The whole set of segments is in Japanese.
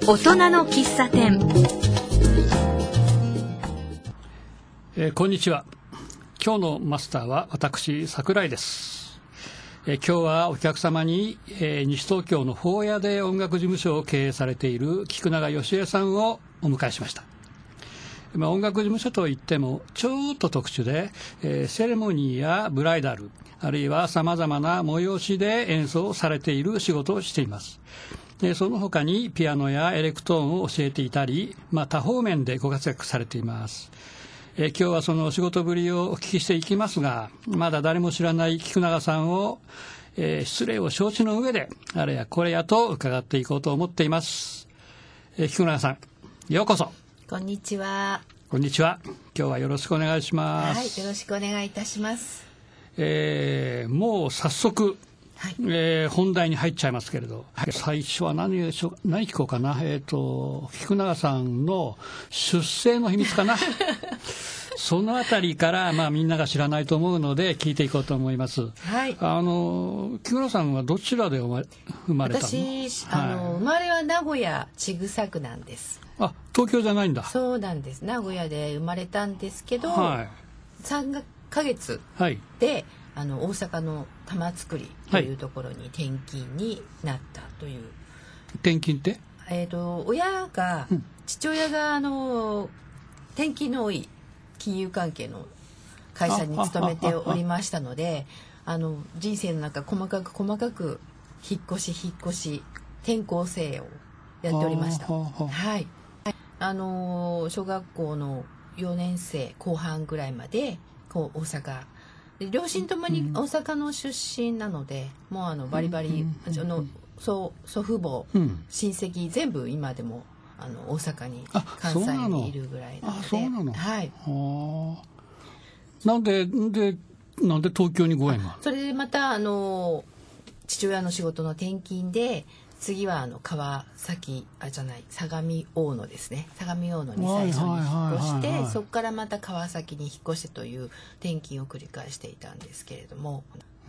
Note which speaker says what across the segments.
Speaker 1: 大人の喫茶店。
Speaker 2: こんにちは。今日のマスターは私桜井です。今日はお客様に、西東京の法屋で音楽事務所を経営されている菊永義恵さんをお迎えしました。音楽事務所といってもちょっと特殊で、セレモニーやブライダル、あるいはさまざまな催しで演奏されている仕事をしています。その他にピアノやエレクトーンを教えていたり、多方面でご活躍されています。今日はそのお仕事ぶりをお聞きしていきますが、まだ誰も知らない菊永さんを、失礼を承知の上であれやこれやと伺っていこうと思っています。菊永さん、ようこそ。
Speaker 3: こんにちは。
Speaker 2: こんにちは。今日はよろしくお願いします。
Speaker 3: はい、よろしくお願いいたします。
Speaker 2: もう早速、
Speaker 3: はい、
Speaker 2: 本題に入っちゃいますけれど、最初は何聞こうかな。菊永さんの出生の秘密かな。そのあたりから、みんなが知らないと思うので聞いていこうと思います。
Speaker 3: はい、
Speaker 2: 菊永さんはどちらで生まれたの？
Speaker 3: 私、生まれは名古屋千種区なんです。
Speaker 2: あ、東京じゃないんだ。
Speaker 3: そうなんです。名古屋で生まれたんですけど、
Speaker 2: はい、
Speaker 3: 3ヶ月で、大阪の玉造というところに転勤になったという。
Speaker 2: 転勤って？
Speaker 3: 父親が転勤の多い金融関係の会社に勤めておりましたので、人生の中細かく引っ越し転校生をやっておりました。はい。小学校の4年生後半ぐらいまで大阪で、両親ともに大阪の出身なので、もうバリバリ、祖父母、親戚全部今でも大阪に関西にいるぐらいなので。
Speaker 2: そうなの。
Speaker 3: はい。
Speaker 2: なんで東京にご縁が？
Speaker 3: それでまた父親の仕事の転勤で、次は相模大野ですね。相模大野に最初に引っ越して、そこからまた川崎に引っ越してという転勤を繰り返していたんですけれども、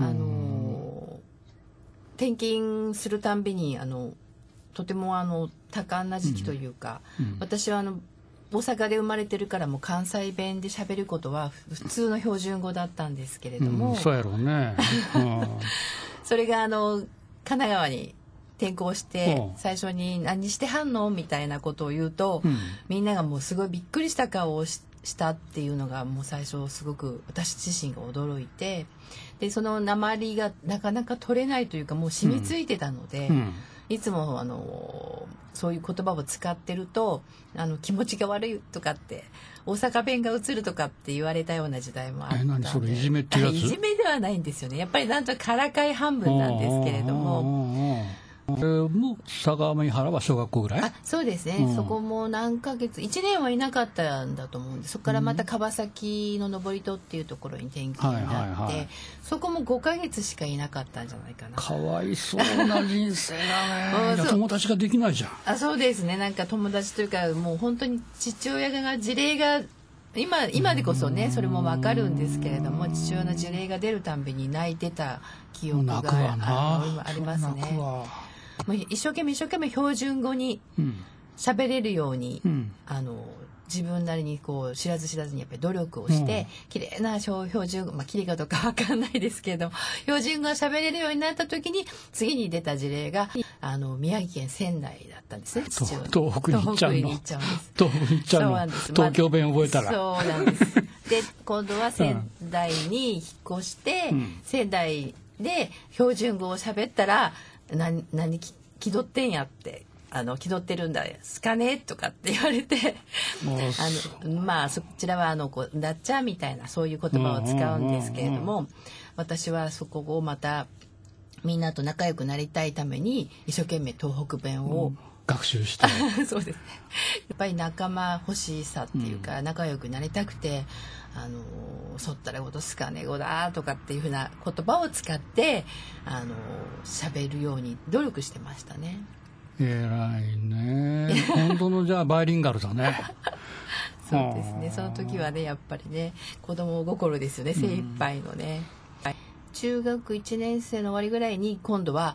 Speaker 3: 転勤するたんびにとても多感な時期というか、私は大阪で生まれてるからもう関西弁で喋ることは普通の標準語だったんですけれども、
Speaker 2: そうやろうね。
Speaker 3: それが神奈川に転校して最初に何してはんのみたいなことを言うと、みんながもうすごいびっくりした顔をしたっていうのがもう最初すごく私自身が驚いて、でその訛りがなかなか取れないというか、もう染みついてたので、いつもそういう言葉を使ってると気持ちが悪いとかって大阪弁が映るとかって言われたような時代もあったんで。
Speaker 2: 何それ、いじめってやつ？
Speaker 3: いじめではないんですよね。やっぱりなんとからかい半分なんですけれども。
Speaker 2: もう相模原は小学校ぐらい？
Speaker 3: そうですね、そこも何ヶ月1年はいなかったんだと思うんで、そこからまた川崎の登戸っていうところに転勤になって、そこも5ヶ月しかいなかったんじゃないかな。
Speaker 2: かわいそうな人生だね。友達ができないじゃん。
Speaker 3: そうですね、なんか友達というか、もう本当に父親が事例が今でこそねそれも分かるんですけれども、父親の事例が出るたんびに泣いてた記憶がありますね。もう一生懸命標準語に喋れるように、自分なりに知らずにやっぱり努力をして、綺麗な標準語、綺麗かどうか分かんないですけれども、標準語が喋れるようになった時に次に出た事例が宮城県仙台だったんですね。
Speaker 2: 東北に行っちゃうの。
Speaker 3: 東北に行っ
Speaker 2: ちゃうの。そうなんです。東京弁覚えたら。
Speaker 3: そうなんです。で今度は仙台に引っ越して、仙台で標準語を喋ったら何気取ってんやって、気取ってるんですかねとかって言われてそちらはだっちゃみたいなそういう言葉を使うんですけれども、私はそこをまたみんなと仲良くなりたいために一生懸命東北弁を、
Speaker 2: 学習して
Speaker 3: そうですね、やっぱり仲間欲しさっていうか、仲良くなりたくてそったらことすかねごだとかっていうふうな言葉を使って喋るように努力してましたね。
Speaker 2: 偉いね。本当のじゃあバイリンガルだね。
Speaker 3: そうですね、その時はねやっぱりね子供心ですよね、精一杯のね。中学1年生の終わりぐらいに今度は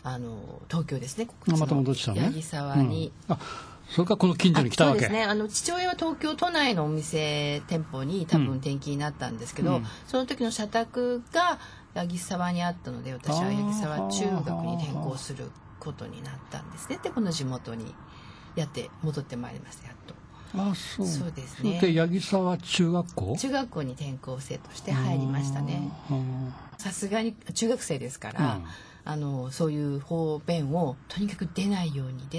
Speaker 3: 東京ですね、
Speaker 2: また戻ってきたね、
Speaker 3: 八木沢に、
Speaker 2: それからこの近所に来たわけ。
Speaker 3: そうですね、父親は東京都内のお店店舗に多分転勤になったんですけど、その時の社宅が八木沢にあったので、私は八木沢中学に転校することになったんですね。でこの地元に戻ってまいりました、やっと。そうですね。
Speaker 2: で八木沢中学校
Speaker 3: に転校生として入りましたね。さすがに中学生ですから、そういう方便をとにかく出ないようにって、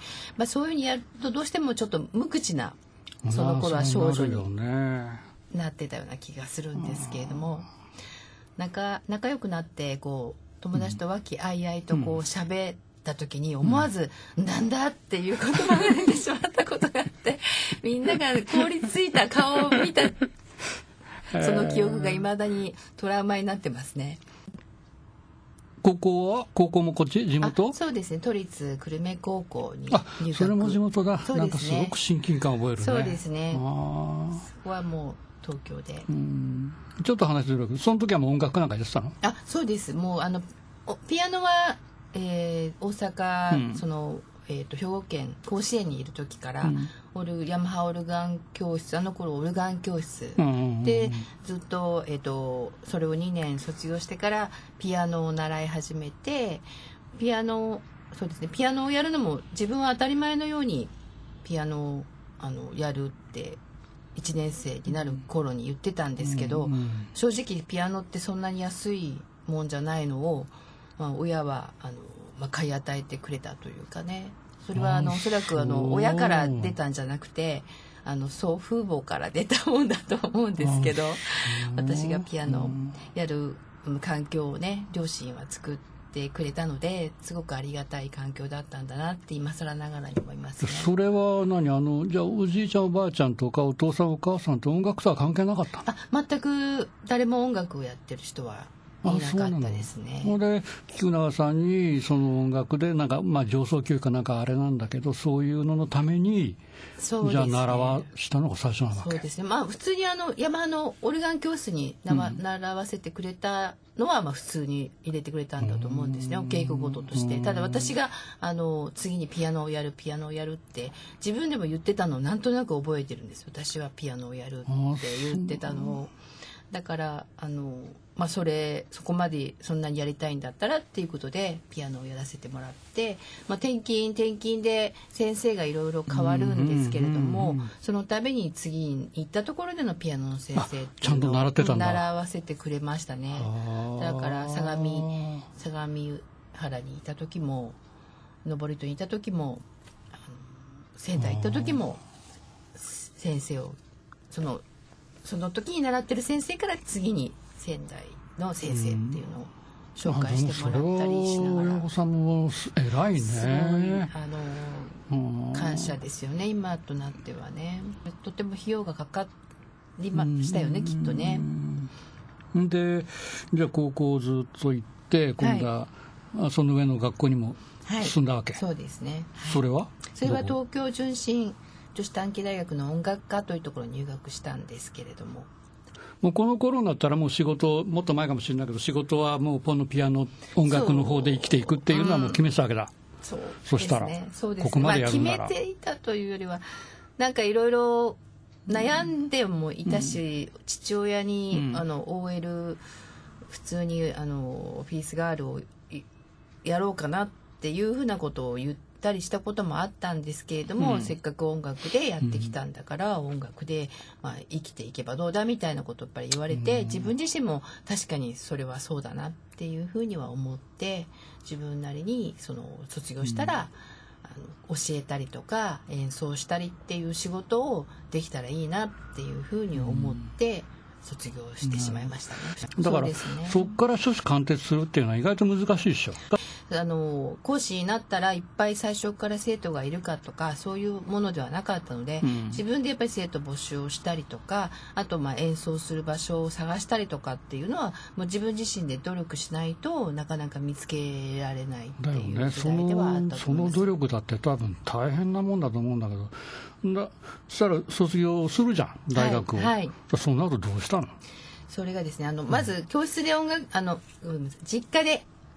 Speaker 3: そういうふうにやるとどうしてもちょっと無口な、その頃は少女になってたような気がするんですけれども、仲良くなって友達と和気あいあいと喋った時に思わず「なんだ?」っていう言葉が出てしまったことがあって、みんなが凍りついた顔を見たその記憶がいまだにトラウマになってますね。
Speaker 2: 高校もこっち地元？
Speaker 3: そうですね、都立久留米高校に入学。そ
Speaker 2: れも地元だ。
Speaker 3: そうですね、
Speaker 2: なんかすごく親近感を覚えるね。
Speaker 3: そうですね、そこはもう東京で。
Speaker 2: ちょっと話ずれるけど、その時はもう音楽なんかやってたの？
Speaker 3: そうです。もうピアノは、大阪、兵庫県甲子園にいる時から、ヤマハオルガン教室、頃オルガン教室でずっと、それを2年卒業してからピアノを習い始めて、ピアノをやるのも自分は当たり前のようにピアノをやるって1年生になる頃に言ってたんですけど、正直ピアノってそんなに安いもんじゃないのを、親は買い与えてくれたというかね。それはおそらく親から出たんじゃなくて祖父母から出たもんだと思うんですけど、私がピアノをやる環境をね、両親は作ってくれたので、すごくありがたい環境だったんだなって今更ながらに思いますね。
Speaker 2: それはじゃあおじいちゃんおばあちゃんとかお父さんお母さんと音楽とは関係なかった？
Speaker 3: 全く誰も音楽をやってる人はいなかったですね。
Speaker 2: で菊永さんにその音楽で上層教育かなんかあれなんだけど、そういうののために、じゃあ習わしたのが最初なわけ。
Speaker 3: そうですね。普通にヤマハのオルガン教室に習わせてくれたのは普通に入れてくれたんだと思うんですね、お稽古事として。ただ私が次にピアノをやるって自分でも言ってたのをなんとなく覚えてるんです。私はピアノをやるって言ってたのを。だからそこまでそんなにやりたいんだったらっていうことでピアノをやらせてもらって、転勤で先生がいろいろ変わるんですけれども、その度に次に行ったところでのピアノの先生っていうのを
Speaker 2: ちゃんと習ってたんだ。
Speaker 3: 習わせてくれましたね。だから相模原にいた時も登戸にいた時も仙台行った時も先生をその時に習ってる先生から次に仙台の先生っていうのを紹介してもらったりしながら、
Speaker 2: 親御さんも偉いね。
Speaker 3: すごい感謝ですよね、今となってはね。とても費用がかかりましたよね、きっとね。
Speaker 2: でじゃあ高校ずっと行って今度は、その上の学校にも進んだわけ。
Speaker 3: そうですね。
Speaker 2: それは
Speaker 3: 東京純真女子短期大学の音楽科というところに入学したんですけれども、
Speaker 2: もうこの頃になったらもう仕事、もっと前かもしれないけど、仕事はもうこのピアノ音楽の方で生きていくっていうのはもう決めてたわけだ。そしたらここまでやるんなら、
Speaker 3: 決めていたというよりはなんかいろいろ悩んでもいたし、父親に、OL 普通にピースガールをやろうかなっていうふうなことを言ったりしたこともあったんですけれども、せっかく音楽でやってきたんだから、音楽で、生きていけばどうだみたいなことをやっぱり言われて、自分自身も確かにそれはそうだなっていうふうには思って、自分なりに卒業したら、教えたりとか演奏したりっていう仕事をできたらいいなっていうふうに思って卒業してしまいましたね。
Speaker 2: だからそこから初子貫徹するっていうのは意外と難しいでしょ。
Speaker 3: 講師になったらいっぱい最初から生徒がいるかとかそういうものではなかったので、自分でやっぱり生徒募集をしたりとか、あと演奏する場所を探したりとかっていうのはもう自分自身で努力しないとなかなか見つけられないっていう時代ではあったと思います。
Speaker 2: その努力だって多分大変なもんだと思うんだけど、そしたら卒業するじゃん、大学を。そうなるとどうしたの？
Speaker 3: それがですね、まず教室で実家で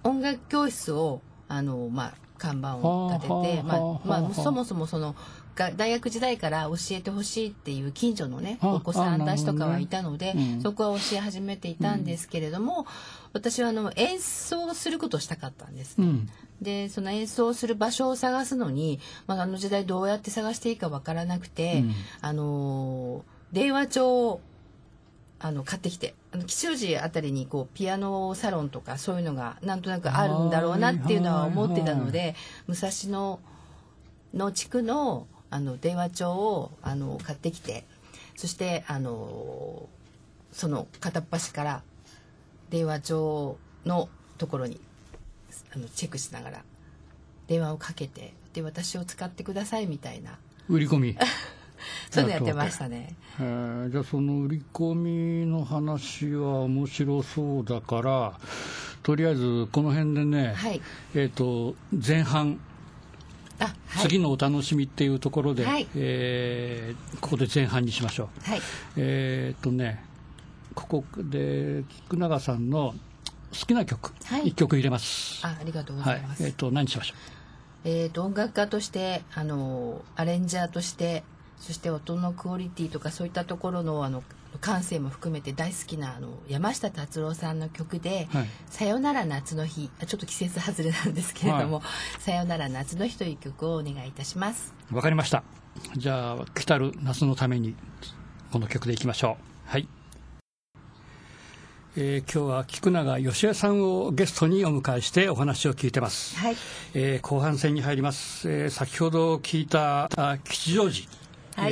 Speaker 3: 音楽教室を看板を立てて、そもそもその大学時代から教えてほしいっていう近所のねお子さんたちとかはいたので、そこは教え始めていたんですけれども、私は演奏することをしたかったんです、でその演奏する場所を探すのに、あの時代どうやって探していいかわからなくて、電話帳を買ってきて、吉祥寺あたりにピアノサロンとかそういうのがなんとなくあるんだろうなっていうのは思ってたので、武蔵野地区の電話帳を買ってきて、そしてその片っ端から電話帳のところにチェックしながら電話をかけて、で私を使ってくださいみたいな
Speaker 2: 売り込み
Speaker 3: そういうのやってましたね。
Speaker 2: じゃあその売り込みの話は面白そうだから、とりあえずこの辺でね、
Speaker 3: はい、
Speaker 2: 前半、
Speaker 3: はい、
Speaker 2: 次のお楽しみっていうところで、
Speaker 3: はい、
Speaker 2: ここで前半にしましょう。
Speaker 3: はい、
Speaker 2: ここで菊永さんの好きな曲、
Speaker 3: はい、
Speaker 2: 1曲入れます。
Speaker 3: ありがとうございます。
Speaker 2: 何しましょ
Speaker 3: う。音楽家としてアレンジャーとして、そして音のクオリティとかそういったところの感性も含めて大好きな山下達郎さんの曲で、はい、さよなら夏の日、ちょっと季節外れなんですけれども、はい、さよなら夏の日という曲をお願いいたします。
Speaker 2: わかりました。じゃあ来たる夏のためにこの曲でいきましょう。はい。今日は菊永芳恵さんをゲストにお迎えしてお話を聞いてます。
Speaker 3: はい。
Speaker 2: 後半戦に入ります。先ほど聞いた吉祥寺、はい、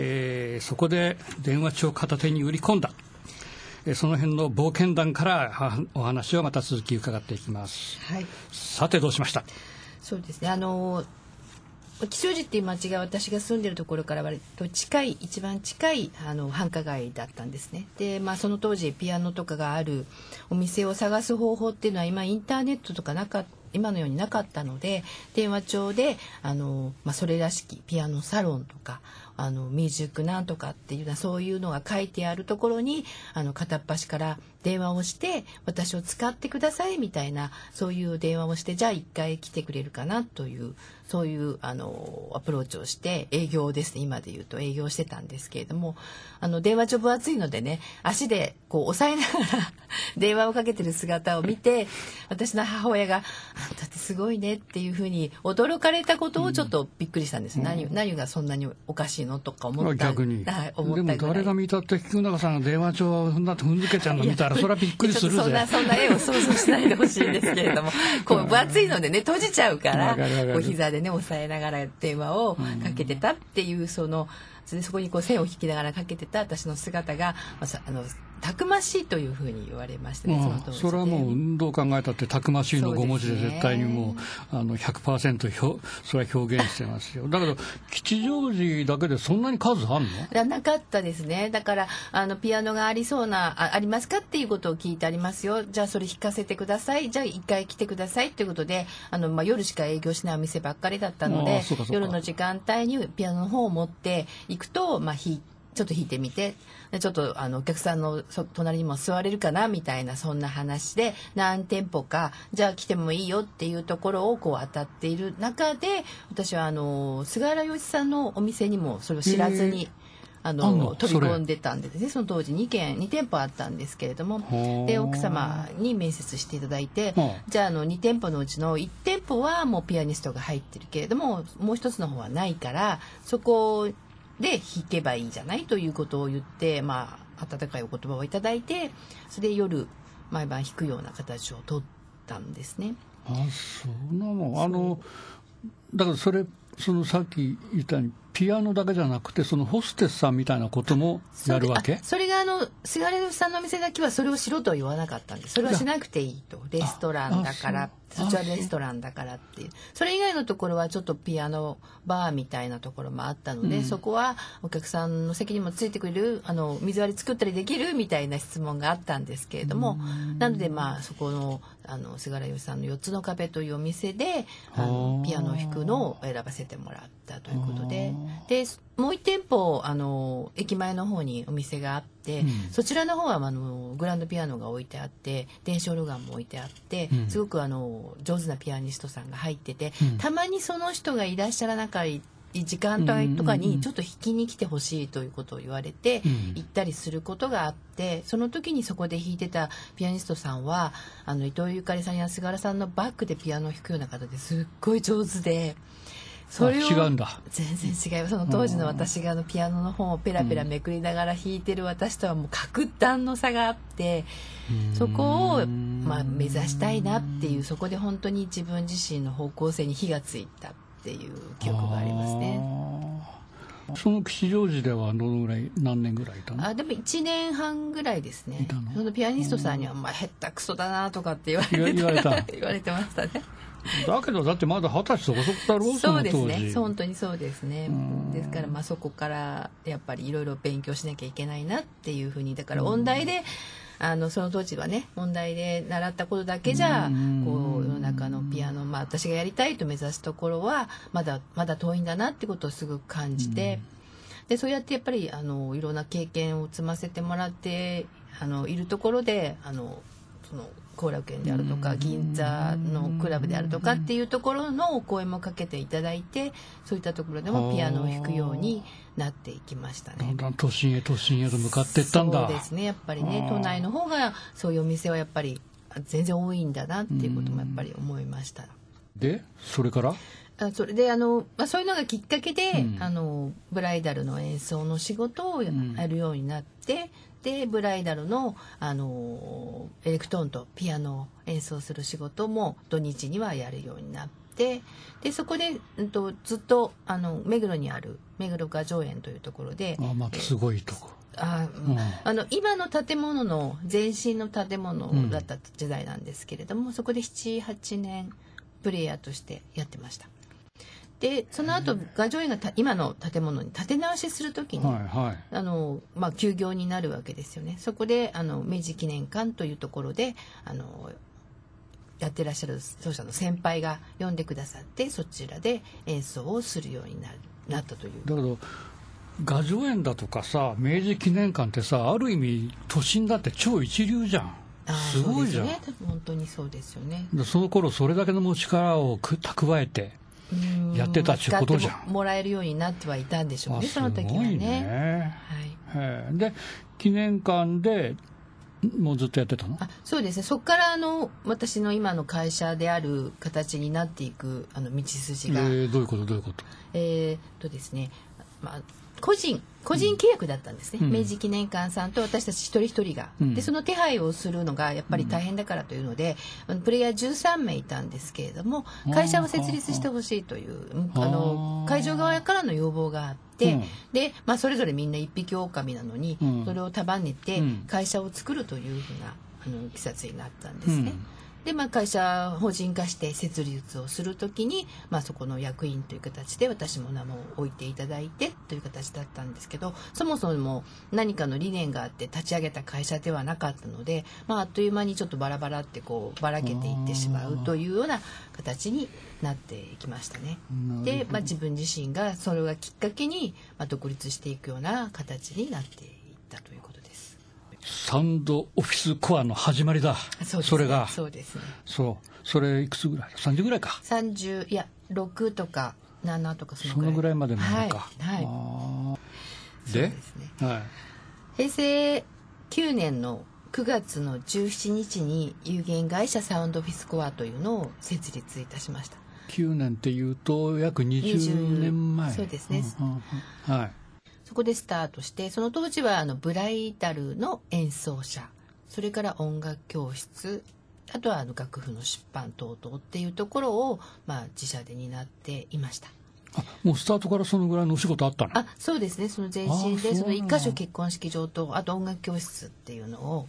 Speaker 2: そこで電話帳を片手に売り込んだ、その辺の冒険談からお話をまた続き伺っていきます。
Speaker 3: はい。
Speaker 2: さてどうしました？
Speaker 3: そうですね、吉祥寺っていう町が私が住んでるところから割と一番近い繁華街だったんですね。で、その当時ピアノとかがあるお店を探す方法っていうのは今インターネットとか今のようになかったので、電話帳でそれらしきピアノサロンとかミュージックなんとかっていうのはそういうのが書いてあるところに片っ端から電話をして私を使ってくださいみたいな、そういう電話をして、じゃあ一回来てくれるかなという、そういうアプローチをして営業ですね、今で言うと営業してたんですけれども、電話帳分厚いのでね、足で押さえながら電話をかけてる姿を見て、私の母親があんたってすごいねっていうふうに驚かれたことをちょっとびっくりしたんです、何がそんなにおかしいのとか思った
Speaker 2: 逆に、
Speaker 3: はい、
Speaker 2: 思ったぐらい。でも誰が見たって菊永さんが電話帳を踏んづけちゃうの見たらそれはびっくりするぜ。
Speaker 3: そんな絵を想像しないでほしいんですけれども分厚いのでね閉じちゃうから膝でね押さえながら電話をかけてたっていう、そこに線を引きながらかけてた私の姿がたくましいというふうに言われましたね、その当時で。
Speaker 2: それはもうどう考えたってたくましいの5文字で絶対にもう100% それは表現してますよ。だけど吉祥寺だけでそんなに数あるの？
Speaker 3: なかったですね。だからピアノがありますかっていうことを聞いて、ありますよ、じゃあそれ弾かせてください、じゃあ一回来てくださいということで夜しか営業しないお店ばっかりだったので、夜の時間帯にピアノの方を持っていくと、ちょっと弾いてみて、ちょっとお客さんの隣にも座れるかなみたいな、そんな話で何店舗かじゃあ来てもいいよっていうところを当たっている中で、私は菅原洋一さんのお店にもそれを知らずに飛び込んでたんですね。その当時2店舗あったんですけれども、で奥様に面接していただいて、じゃあ2店舗のうちの1店舗はもうピアニストが入ってるけれども、もう一つの方はないからそこで弾けばいいじゃないということを言って、温かいお言葉をいただいて、それで夜毎晩弾くような形を取ったんですね。
Speaker 2: そうなの。だからそのさっき言ったようにピアノだけじゃなくて、そのホステスさんみたいなこともやるわけ？
Speaker 3: それが菅原さんのお店だけはそれをしろとは言わなかったんです。それはしなくていいと、レストランだから、そっちはレストランだからっていう、それ以外のところはちょっとピアノバーみたいなところもあったので、そこはお客さんの席にもついてくれる水割り作ったりできるみたいな質問があったんですけれども、なのでそこの菅原洋一さんの4つの壁というお店でピアノを弾くのを選ばせせてもらったということで、もう1店舗駅前の方にお店があって、そちらの方はグランドピアノが置いてあって電子オルガンも置いてあって、すごく上手なピアニストさんが入ってて、たまにその人がいらっしゃらなかった時間帯とかにちょっと弾きに来てほしいということを言われて行ったりすることがあって、その時にそこで弾いてたピアニストさんは伊藤ゆかりさんや菅原さんのバックでピアノを弾くような方ですっごい上手で、それを
Speaker 2: 違うんだ。
Speaker 3: 全然違います。その当時の私がピアノの本をペラペラめくりながら弾いてる私とはもう格段の差があって、そこを目指したいなっていう、そこで本当に自分自身の方向性に火がついたっていう記憶がありますね。
Speaker 2: その吉祥寺ではどのぐらい、何年ぐらいいたの？
Speaker 3: でも1年半ぐらいですね。そのピアニストさんにはへったくそだなとかって言われてましたね。
Speaker 2: だけどだってまだ20歳そこそこだろう。
Speaker 3: そうですね、本当にそうですね。ですからそこからやっぱりいろいろ勉強しなきゃいけないなっていうふうに、だから音大でその当時はね、音大で習ったことだけじゃこう世の中のピアノ、私がやりたいと目指すところはまだ遠いんだなってことをすぐ感じて、でそうやってやっぱりいろんな経験を積ませてもらっているところでその後楽園であるとか銀座のクラブであるとかっていうところのお声もかけていただいて、そういったところでもピアノを弾くようになっていきましたね。
Speaker 2: だんだん都心へと向かっていったんだ。
Speaker 3: そうですね、やっぱりね、都内の方がそういうお店はやっぱり全然多いんだなっていうこともやっぱり思いました。
Speaker 2: でそれから
Speaker 3: それでそういうのがきっかけで、ブライダルの演奏の仕事をやるようになって、でブライダルの、エレクトーンとピアノを演奏する仕事も土日にはやるようになって、でそこで、ずっと目黒にある目黒雅叙園というところで、
Speaker 2: すごいとこ。
Speaker 3: 今の建物の前身の建物だった時代なんですけれども、そこで 7,8 年プレイヤーとしてやってました。でその後雅叙園が今の建物に建て直しするときに、休業になるわけですよね。そこで明治記念館というところでやってらっしゃる奏者の先輩が呼んでくださって、そちらで演奏をするようになったという。
Speaker 2: だけど雅叙園だとかさ、明治記念館ってさ、ある意味都心だって超一流じゃん。すごいじゃん。
Speaker 3: そうですね、本当にそうですよね。
Speaker 2: その頃それだけの力を蓄えてやってたってことじゃん。
Speaker 3: 使ってもらえるようになってはいたんでしょうね、その時はね。
Speaker 2: すごいね。はい。で記念館でもうずっとやってたの？
Speaker 3: そうですね。そこから私の今の会社である形になっていく道筋が。
Speaker 2: どういうこと？
Speaker 3: ですね。個人契約だったんですね、明治記念館さんと私たち一人一人が、でその手配をするのがやっぱり大変だからというので、プレイヤー13名いたんですけれども、会社を設立してほしいという会場側からの要望があって、でそれぞれみんな一匹狼なのに、それを束ねて会社を作るというふうないきさつになったんですね。で会社法人化して設立をするときに、そこの役員という形で私も名前を置いていただいてという形だったんですけど、そもそも何かの理念があって立ち上げた会社ではなかったので、あっという間にちょっとバラバラってばらけていってしまうというような形になっていきましたね。で、自分自身がそれがきっかけに、独立していくような形になっていったということです。
Speaker 2: サウンドオフィスコアの始まりだ。それが
Speaker 3: そうですね。
Speaker 2: それいくつぐらい？30ぐらいか。
Speaker 3: 30、いや6とか7とかそ
Speaker 2: のぐらいまでなのか。で、
Speaker 3: 平成9年の9月の17日に有限会社サウンドオフィスコアというのを設立いたしました。
Speaker 2: 9年っていうと約20年前。
Speaker 3: そうですね。そこでスタートして、その当時はブライダルの演奏者、それから音楽教室、あとは楽譜の出版等々っていうところを、自社で担っていました。
Speaker 2: もうスタートからそのぐらいのお仕事あったの？
Speaker 3: そうですね。その前身でその1カ所結婚式場と、あと音楽教室っていうのを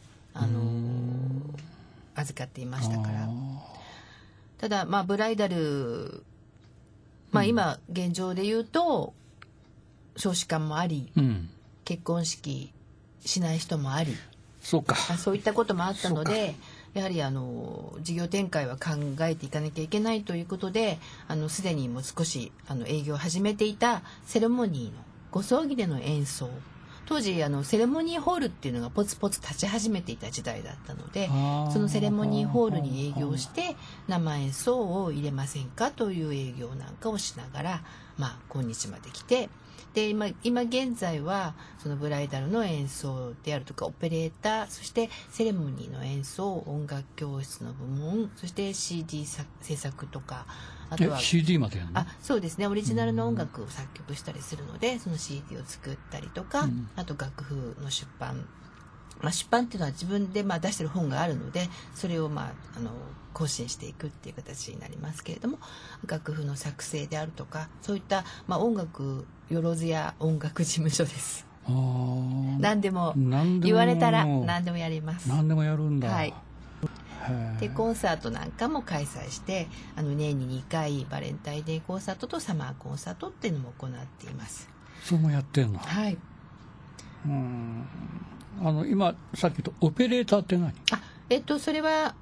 Speaker 3: 預かっていましたから。ただブライダル、今現状で言うと少子化もあり、結婚式しない人もあり、そういったこともあったので、 やはり事業展開は考えていかなきゃいけないということですでにもう少し営業を始めていたセレモニーのご葬儀での演奏、当時セレモニーホールっていうのがポツポツ立ち始めていた時代だったので、そのセレモニーホールに営業して生演奏を入れませんかという営業なんかをしながら、今日まで来て、で今現在はそのブライダルの演奏であるとかオペレーター、そしてセレモニーの演奏、音楽教室の部門、そして CD 制作とか、あとは
Speaker 2: CD までやるの？
Speaker 3: そうですね、オリジナルの音楽を作曲したりするので、その CD を作ったりとか、あと楽譜の出版、出版っていうのは自分で出してる本があるので、それを更新していくっていう形になりますけれども、楽譜の作成であるとか、そういった、音楽よろずや音楽事務所です。何でも言われたら何でもやります。
Speaker 2: 何でもやるんだ。
Speaker 3: はい。でコンサートなんかも開催して年に2回バレンタインデーコンサートとサマーコンサートっていうのも行っています。
Speaker 2: それもやってんの？
Speaker 3: はい。
Speaker 2: 今さっき言ったオペレーターって何？
Speaker 3: それは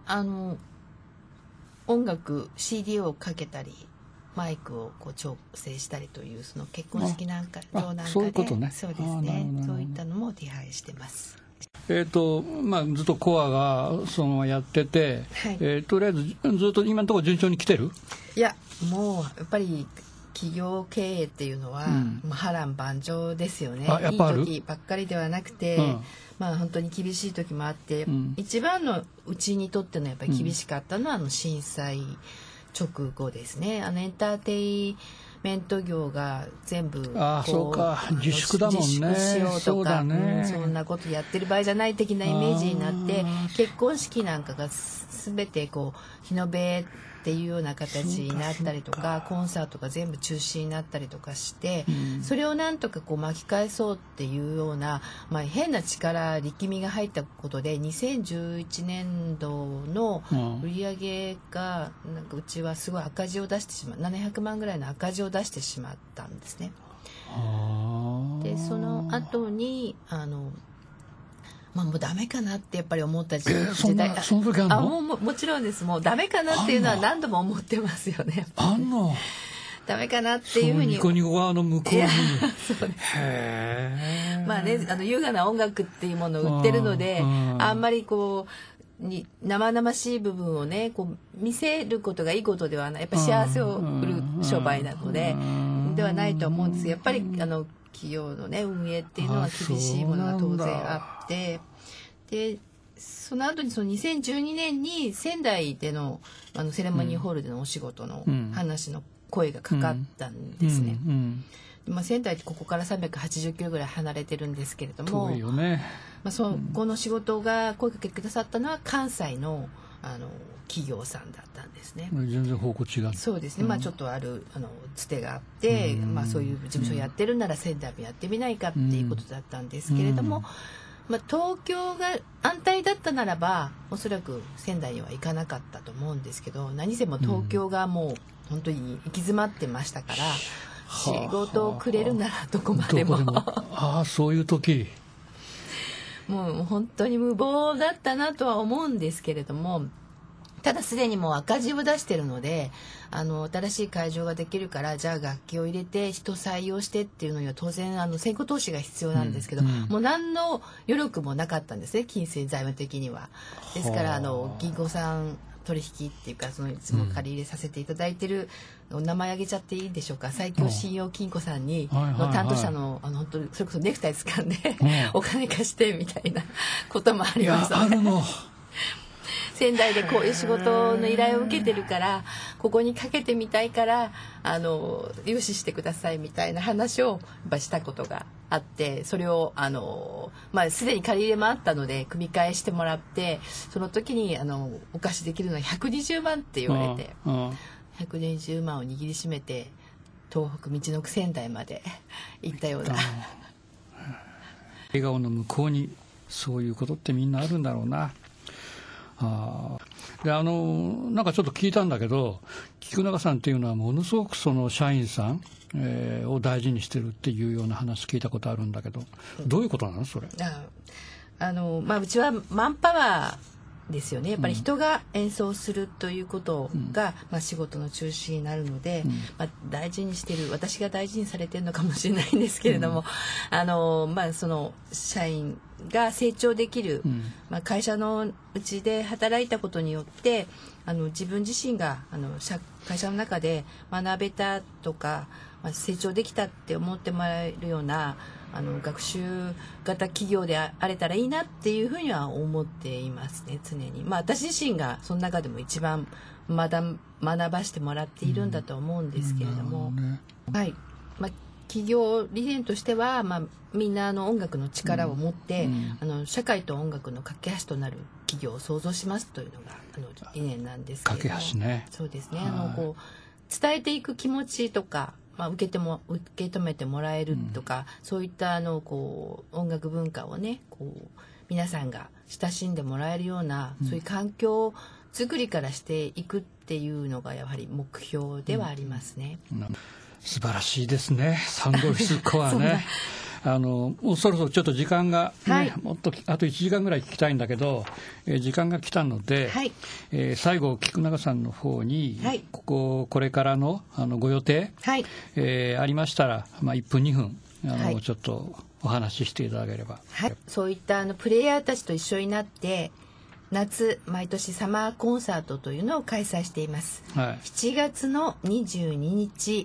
Speaker 3: 音楽 CD をかけたりマイクを調整したりというその結婚式なんか場なんかで、
Speaker 2: そういうことね。
Speaker 3: そうですね。そういったのも手配してます。
Speaker 2: ずっとコアがそのままやってて、
Speaker 3: はい、
Speaker 2: とりあえずずっと今のところ順調に来てる？
Speaker 3: いや、もうやっぱり企業経営っていうのは、波乱万丈ですよね。いい時ばっかりではなくて、本当に厳しい時もあって、一番のうちにとってのやっぱり厳しかったのは震災直後ですね。エンターテイメント業が全部
Speaker 2: そうか、自粛だもんね。
Speaker 3: 自粛しようとか、そんなことやってる場合じゃない的なイメージになって、結婚式なんかが全て日延べっていうような形になったりとか、コンサートが全部中止になったりとかして、それをなんとか巻き返そうっていうような、変な力みが入ったことで2011年度の売り上げがなんかうちはすごい赤字を出してしまう、700万ぐらいの赤字を出してしまったんですね。でその後にもうダメかなってやっぱり思った時代、
Speaker 2: その時あんの？
Speaker 3: もちろんです。もうダメかなっていうのは何度も思ってますよね。
Speaker 2: あんの？
Speaker 3: ダメかなっていうふうに。
Speaker 2: ニコニコ側の向こうに。
Speaker 3: そうです。優雅な音楽っていうものを売ってるので、あんまり生々しい部分をね見せることがいいことではない。やっぱ幸せを売る商売なのでではないと思うんです。やっぱり企業のね運営っていうのは厳しいものが当然あって、でその後にその2012年に仙台でのセレモニーホールでのお仕事の話の声がかかったんですね。仙台ってここから380キロぐらい離れてるんですけれども、
Speaker 2: 遠いよね。
Speaker 3: この仕事が声かけてくださったのは関西の企業さんだったんですね。
Speaker 2: 全然方向違う。
Speaker 3: そうですね。ちょっとつてがあって、そういう事務所やってるなら仙台もやってみないかっていうことだったんですけれども、東京が安泰だったならばおそらく仙台には行かなかったと思うんですけど、何せも東京がもう本当に行き詰まってましたから、仕事をくれるならどこまでも
Speaker 2: そういう時
Speaker 3: もう本当に無謀だったなとは思うんですけれども、ただすでにもう赤字を出してるので新しい会場ができるからじゃあ楽器を入れて人採用してっていうのには当然先行投資が必要なんですけど、もう何の余力もなかったんですね、金銭財務的には。ですから銀行さん取引っていうかいつも借り入れさせていただいてる、名前挙げちゃっていいでしょうか、最強信用金庫さんに担当者の本当にそれこそネクタイ掴んでお金貸してみたいなこともありましたね。仙台でこういう仕事の依頼を受けてるからここにかけてみたいから融資してくださいみたいな話をやっぱしたことがあって、それをすでに借り入れもあったので組み替えしてもらって、その時にお貸しできるのは120万って言われて、120万を握りしめて東北道のく仙台まで行ったような
Speaker 2: 笑顔の向こうにそういうことってみんなあるんだろうな。でなんかちょっと聞いたんだけど、菊永さんっていうのはものすごくその社員さん、を大事にしてるっていうような話聞いたことあるんだけど、どういうことなのそれ？
Speaker 3: うちはマンパワーですよね。やっぱり人が演奏するということが、仕事の中心になるので、大事にしてる、私が大事にされてるのかもしれないんですけれども、その社員が成長できる、会社のうちで働いたことによって自分自身が会社の中で学べたとか、成長できたって思ってもらえるような学習型企業であれたらいいなっていうふうには思っていますね、常に。私自身がその中でも一番学ばしてもらっているんだと思うんですけれども、はい。企業理念としては、みんな音楽の力を持って、社会と音楽の架け橋となる企業を創造しますというのが理念なんですけれども、
Speaker 2: 架け橋ね。
Speaker 3: そうですね。伝えていく気持ちとか、受け止めてもらえるとか、そういった音楽文化をね、皆さんが親しんでもらえるような、そういう環境作りからしていくっていうのがやはり目標ではありますね。
Speaker 2: 素晴らしいですね、サンドフィスコアね。もうそろそろちょっと時間が、もっとあと1時間ぐらい聞きたいんだけど、時間が来たので、最後菊永さんの方に、これからのご予定、ありましたら、1分2分ちょっとお話ししていただければ。
Speaker 3: そういったプレイヤーたちと一緒になって夏毎年サマーコンサートというのを開催しています。7月の22日、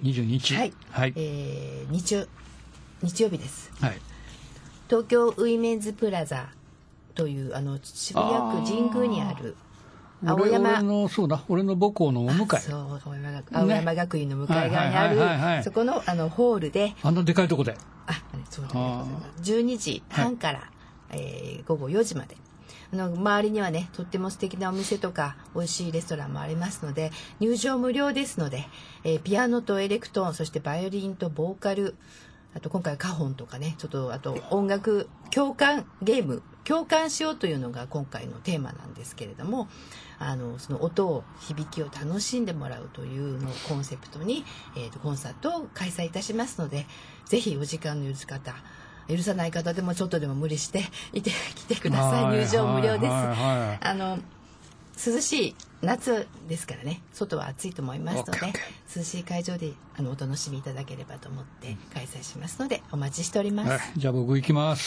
Speaker 3: 日曜日です。東京ウィメンズプラザという渋谷区神宮にある
Speaker 2: 俺の母校のお向かい、
Speaker 3: 青山学院の向かい側にあるそこのホールで、
Speaker 2: でかいとこで
Speaker 3: 12時半から、午後4時まで。周りにはね、とっても素敵なお店とか美味しいレストランもありますので、入場無料ですので、ピアノとエレクトーン、そしてバイオリンとボーカル、あと今回カホンとかね、あと音楽共感ゲーム、共感しようというのが今回のテーマなんですけれども、その音を響きを楽しんでもらうというのをコンセプトに、コンサートを開催いたしますので、ぜひお時間の許さない方でもちょっとでも無理して来てください。入場無料です。涼しい夏ですからね、外は暑いと思いますので、涼しい会場でお楽しみいただければと思って開催しますので、お待ちしております。
Speaker 2: じゃあ僕行きます。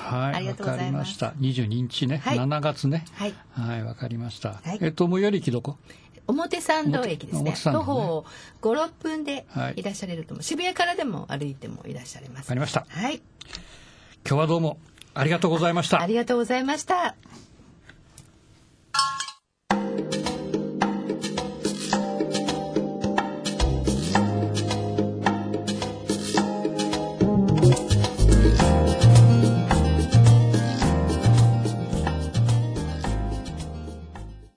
Speaker 2: ありがとうございます。わかりました。22日ね、7月ね。わかりました。最寄り駅どこ？表参道駅ですね。徒歩5、6分でいらっしゃれると思う。渋谷からでも歩いてもいらっしゃれます。わかりました。今日はどうもありがとうございました。ありがとうございました。